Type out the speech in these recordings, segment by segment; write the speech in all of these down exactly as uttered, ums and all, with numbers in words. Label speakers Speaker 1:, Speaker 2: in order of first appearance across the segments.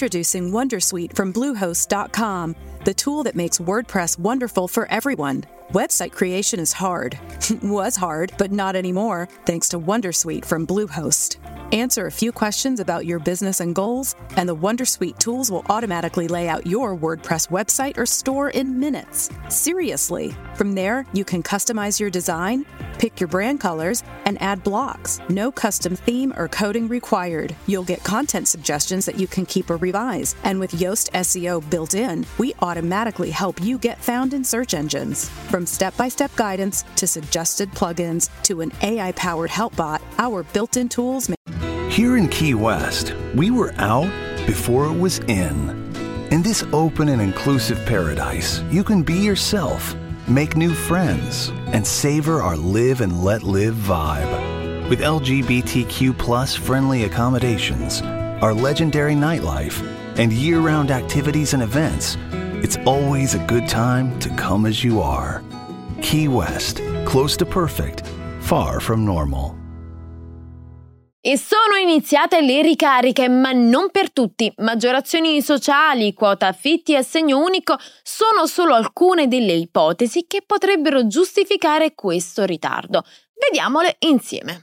Speaker 1: Introducing Wondersuite from Bluehost dot com, the tool that makes WordPress wonderful for everyone. Website creation is hard. Was hard, but not anymore, thanks to Wondersuite from Bluehost. Answer a few questions about your business and goals, and the Wondersuite tools will automatically lay out your WordPress website or store in minutes. Seriously. From there, you can customize your design, pick your brand colors, and add blocks. No custom theme or coding required. You'll get content suggestions that you can keep or revise. And with Yoast S E O built in, we automatically help you get found in search engines. From step-by-step guidance to suggested plugins to an A I-powered help bot, our built-in tools make...
Speaker 2: Here in Key West, we were out before it was in. In this open and inclusive paradise, you can be yourself, make new friends, and savor our live and let live vibe. With L G B T Q plus friendly accommodations, our legendary nightlife, and year-round activities and events, it's always a good time to come as you are. Key West, close to perfect, far from normal.
Speaker 3: E sono iniziate le ricariche, ma non per tutti. Maggiorazioni sociali, quota affitti e assegno unico sono solo alcune delle ipotesi che potrebbero giustificare questo ritardo. Vediamole insieme.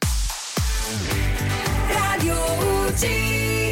Speaker 3: Radio U C.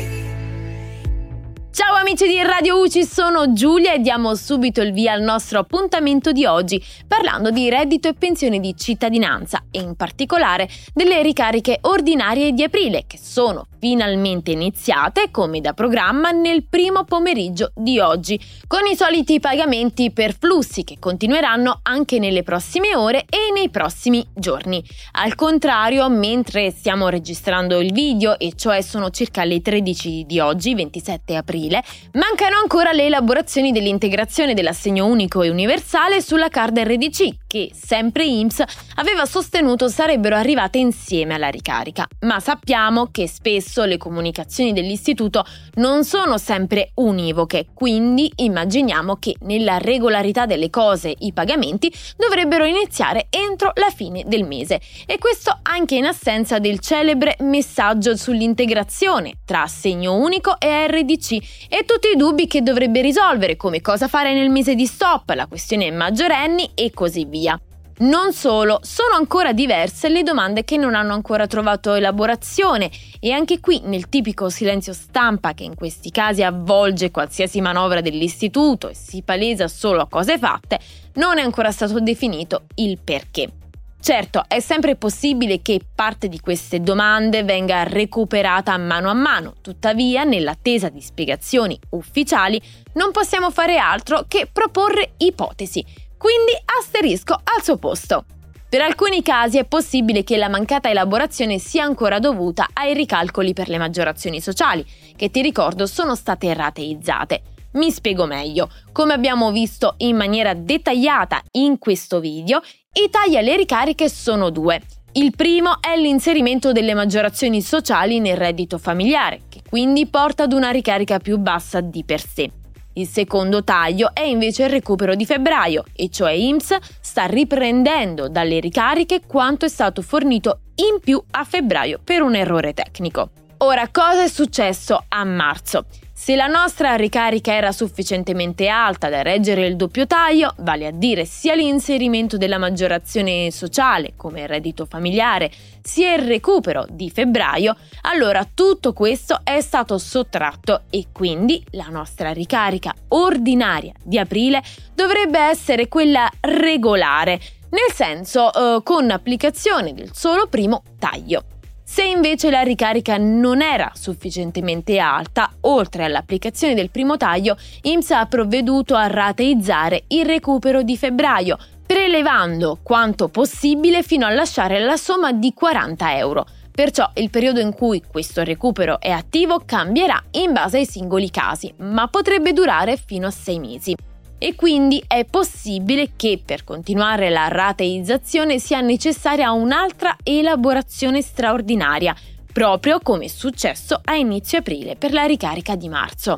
Speaker 3: Ciao amici di Radio U C, sono Giulia e diamo subito il via al nostro appuntamento di oggi parlando di reddito e pensione di cittadinanza e in particolare delle ricariche ordinarie di aprile che sono finalmente iniziate come da programma nel primo pomeriggio di oggi con i soliti pagamenti per flussi che continueranno anche nelle prossime ore e nei prossimi giorni. Al contrario, mentre stiamo registrando il video, e cioè sono circa le tredici di oggi, ventisette aprile, mancano ancora le elaborazioni dell'integrazione dell'assegno unico e universale sulla card R D C, che sempre I N P S aveva sostenuto sarebbero arrivate insieme alla ricarica. Ma sappiamo che spesso le comunicazioni dell'istituto non sono sempre univoche, quindi immaginiamo che nella regolarità delle cose i pagamenti dovrebbero iniziare entro la fine del mese. E questo anche in assenza del celebre messaggio sull'integrazione tra assegno unico e R D C e tutti i dubbi che dovrebbe risolvere, come cosa fare nel mese di stop, la questione maggiorenni e così via. Non solo, sono ancora diverse le domande che non hanno ancora trovato elaborazione e anche qui nel tipico silenzio stampa che in questi casi avvolge qualsiasi manovra dell'istituto e si palesa solo a cose fatte, non è ancora stato definito il perché. Certo, è sempre possibile che parte di queste domande venga recuperata mano a mano, tuttavia, nell'attesa di spiegazioni ufficiali, non possiamo fare altro che proporre ipotesi, quindi asterisco al suo posto. Per alcuni casi è possibile che la mancata elaborazione sia ancora dovuta ai ricalcoli per le maggiorazioni sociali, che ti ricordo sono state rateizzate. Mi spiego meglio. Come abbiamo visto in maniera dettagliata in questo video, i tagli alle ricariche sono due. Il primo è l'inserimento delle maggiorazioni sociali nel reddito familiare, che quindi porta ad una ricarica più bassa di per sé. Il secondo taglio è invece il recupero di febbraio, e cioè I N P S sta riprendendo dalle ricariche quanto è stato fornito in più a febbraio per un errore tecnico. Ora, cosa è successo a marzo? Se la nostra ricarica era sufficientemente alta da reggere il doppio taglio, vale a dire sia l'inserimento della maggiorazione sociale come il reddito familiare, sia il recupero di febbraio, allora tutto questo è stato sottratto e quindi la nostra ricarica ordinaria di aprile dovrebbe essere quella regolare, nel senso eh, con applicazione del solo primo taglio. Se invece la ricarica non era sufficientemente alta, oltre all'applicazione del primo taglio, I N P S ha provveduto a rateizzare il recupero di febbraio, prelevando quanto possibile fino a lasciare la somma di quaranta euro. Perciò il periodo in cui questo recupero è attivo cambierà in base ai singoli casi, ma potrebbe durare fino a sei mesi. E quindi è possibile che per continuare la rateizzazione sia necessaria un'altra elaborazione straordinaria, proprio come è successo a inizio aprile per la ricarica di marzo.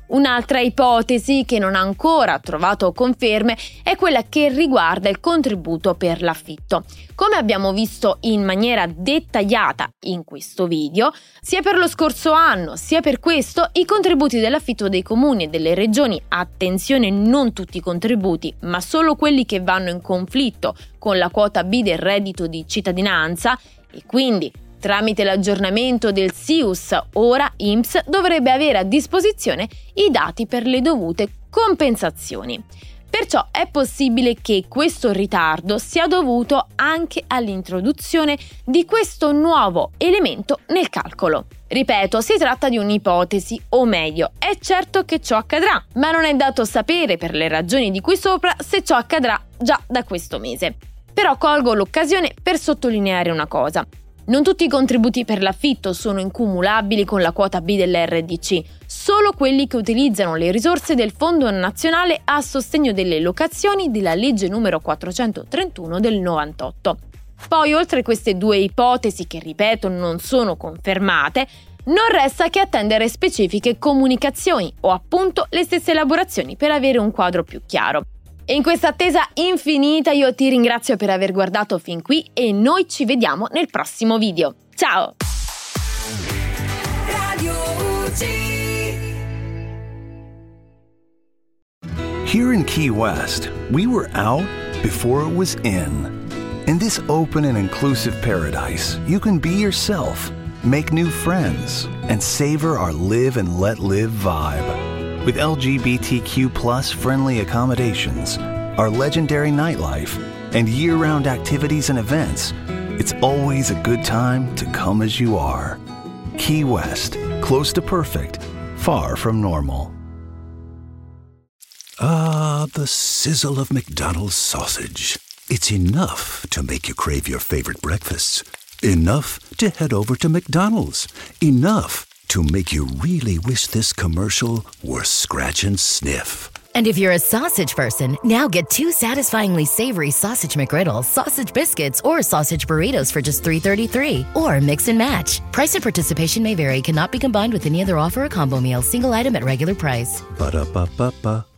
Speaker 3: Un'altra ipotesi che non ha ancora trovato conferme è quella che riguarda il contributo per l'affitto. Come abbiamo visto in maniera dettagliata in questo video, sia per lo scorso anno sia per questo i contributi dell'affitto dei comuni e delle regioni, attenzione, non tutti i contributi, ma solo quelli che vanno in conflitto con la quota B del reddito di cittadinanza e quindi tramite l'aggiornamento del S I U S, ora I N P S dovrebbe avere a disposizione i dati per le dovute compensazioni. Perciò è possibile che questo ritardo sia dovuto anche all'introduzione di questo nuovo elemento nel calcolo. Ripeto, si tratta di un'ipotesi, o meglio, è certo che ciò accadrà, ma non è dato sapere per le ragioni di cui sopra se ciò accadrà già da questo mese. Però colgo l'occasione per sottolineare una cosa. Non tutti i contributi per l'affitto sono incumulabili con la quota B dell'R D C, solo quelli che utilizzano le risorse del Fondo Nazionale a sostegno delle locazioni della legge numero quattrocentotrentuno del novantotto. Poi, oltre queste due ipotesi che, ripeto, non sono confermate, non resta che attendere specifiche comunicazioni o appunto le stesse elaborazioni per avere un quadro più chiaro. E in questa attesa infinita io ti ringrazio per aver guardato fin qui e noi ci vediamo nel prossimo video. Ciao!
Speaker 2: Here in Key West, we were out before it was in. In this open and inclusive paradise, you can be yourself, make new friends, and savor our live and let live vibe. With L G B T Q plus friendly accommodations, our legendary nightlife, and year-round activities and events, it's always a good time to come as you are. Key West, close to perfect, far from normal.
Speaker 4: Ah, the sizzle of McDonald's sausage. It's enough to make you crave your favorite breakfasts. Enough to head over to McDonald's. Enough to make you really wish this commercial were scratch and sniff.
Speaker 5: And if you're a sausage person, now get two satisfyingly savory sausage McGriddles, sausage biscuits, or sausage burritos for just three dollars and thirty-three cents. Or mix and match. Price and participation may vary. Cannot be combined with any other offer or combo meal. Single item at regular price.
Speaker 4: Ba-da-ba-ba-ba.